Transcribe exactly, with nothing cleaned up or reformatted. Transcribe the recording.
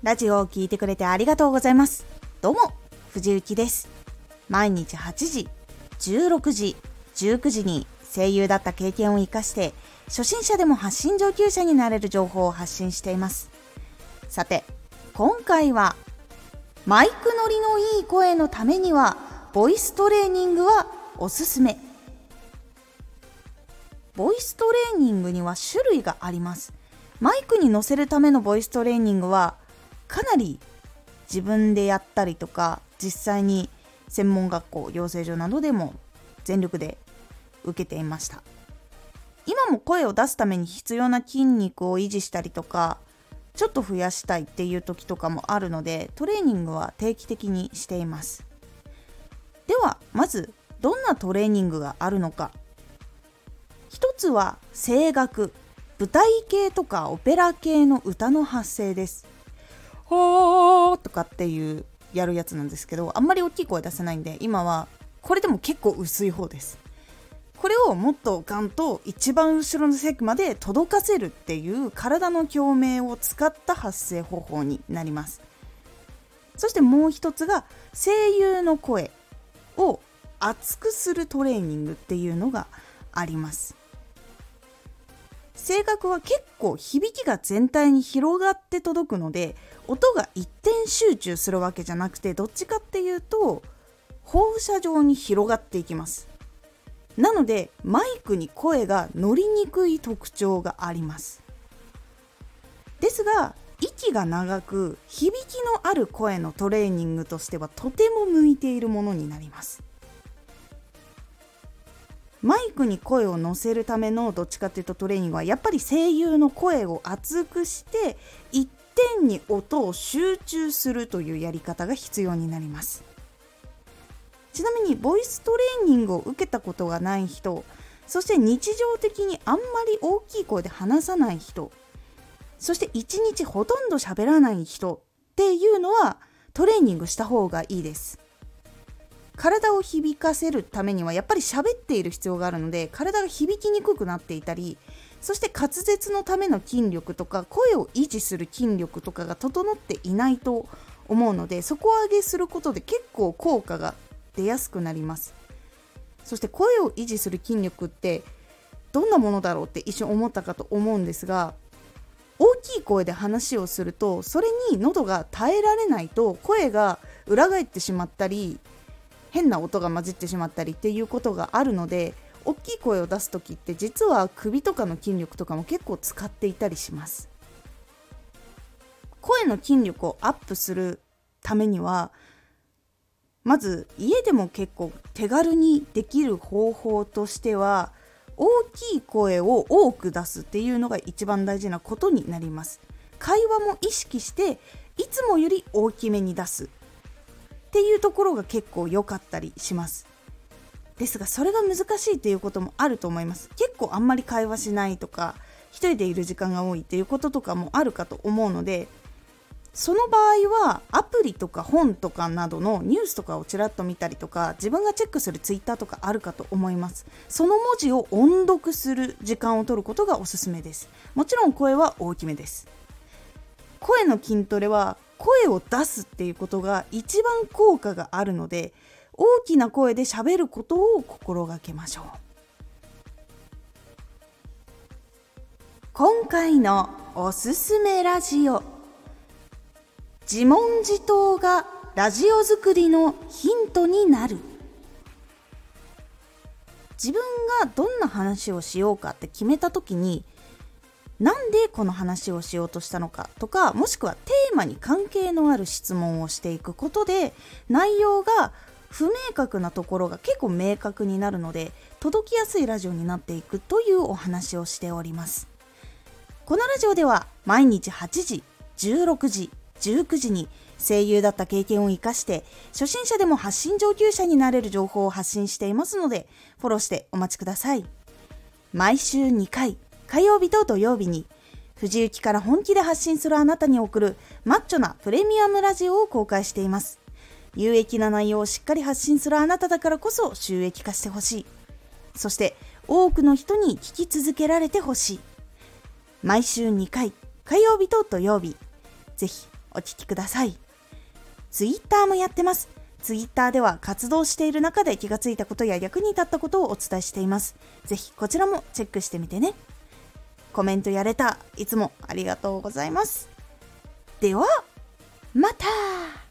ラジオを聞いてくれてありがとうございます。どうも藤幸です。毎日はちじ、じゅうろくじ、じゅうくじに声優だった経験を生かして初心者でも発信上級者になれる情報を発信しています。さて今回はマイク乗りのいい声のためにはボイストレーニングはおすすめ。ボイストレーニングには種類があります。マイクに乗せるためのボイストレーニングはかなり自分でやったりとか、実際に専門学校、養成所などでも全力で受けていました。今も声を出すために必要な筋肉を維持したりとか、ちょっと増やしたいっていう時とかもあるので、トレーニングは定期的にしています。ではまずどんなトレーニングがあるのか。一つは声楽、舞台系とかオペラ系の歌の発声です。ほーとかっていうやるやつなんですけど、あんまり大きい声出せないんで、今はこれでも結構薄い方です。これをもっとガンと一番後ろの席まで届かせるっていう体の共鳴を使った発声方法になります。そしてもう一つが声優の声を厚くするトレーニングっていうのがあります。声楽は結構響きが全体に広がって届くので、音が一点集中するわけじゃなくて、どっちかっていうと放射状に広がっていきます。なのでマイクに声が乗りにくい特徴があります。ですが息が長く響きのある声のトレーニングとしてはとても向いているものになります。マイクに声を乗せるためのどっちかというとトレーニングはやっぱり声優の声を厚くして一点に音を集中するというやり方が必要になります。ちなみにボイストレーニングを受けたことがない人、そして日常的にあんまり大きい声で話さない人、そして一日ほとんど喋らない人っていうのはトレーニングした方がいいです。体を響かせるためにはやっぱり喋っている必要があるので、体が響きにくくなっていたり、そして滑舌のための筋力とか声を維持する筋力とかが整っていないと思うので、底上げすることで結構効果が出やすくなります。そして声を維持する筋力ってどんなものだろうって一瞬思ったかと思うんですが、大きい声で話をするとそれに喉が耐えられないと声が裏返ってしまったり、変な音が混じってしまったりっていうことがあるので、大きい声を出すときって実は首とかの筋力とかも結構使っていたりします。声の筋力をアップするためには、まず家でも結構手軽にできる方法としては、大きい声を多く出すっていうのが一番大事なことになります。会話も意識していつもより大きめに出すっていうところが結構良かったりします。ですがそれが難しいっていうこともあると思います。結構あんまり会話しないとか、一人でいる時間が多いっていうこととかもあるかと思うので、その場合はアプリとか本とかなどのニュースとかをちらっと見たりとか、自分がチェックするツイッターとかあるかと思います。その文字を音読する時間を取ることがおすすめです。もちろん声は大きめです。声の筋トレは声を出すっていうことが一番効果があるので、大きな声で喋ることを心がけましょう。今回のおすすめラジオ、自問自答がラジオ作りのヒントになる。自分がどんな話をしようかって決めたときに、なんでこの話をしようとしたのかとか、もしくはテーマに関係のある質問をしていくことで、内容が不明確なところが結構明確になるので、届きやすいラジオになっていくというお話をしております。このラジオでは毎日はちじ、じゅうろくじ、じゅうくじに声優だった経験を生かして初心者でも発信上級者になれる情報を発信していますので、フォローしてお待ちください。毎週にかい、火曜日と土曜日に藤雪から本気で発信するあなたに送るマッチョなプレミアムラジオを公開しています。有益な内容をしっかり発信するあなただからこそ収益化してほしい。そして多くの人に聞き続けられてほしい。毎週にかい、火曜日と土曜日、ぜひお聞きください。ツイッターもやってます。ツイッターでは活動している中で気がついたことや役に立ったことをお伝えしています。ぜひこちらもチェックしてみてね。コメントやレターいつもありがとうございます。ではまた。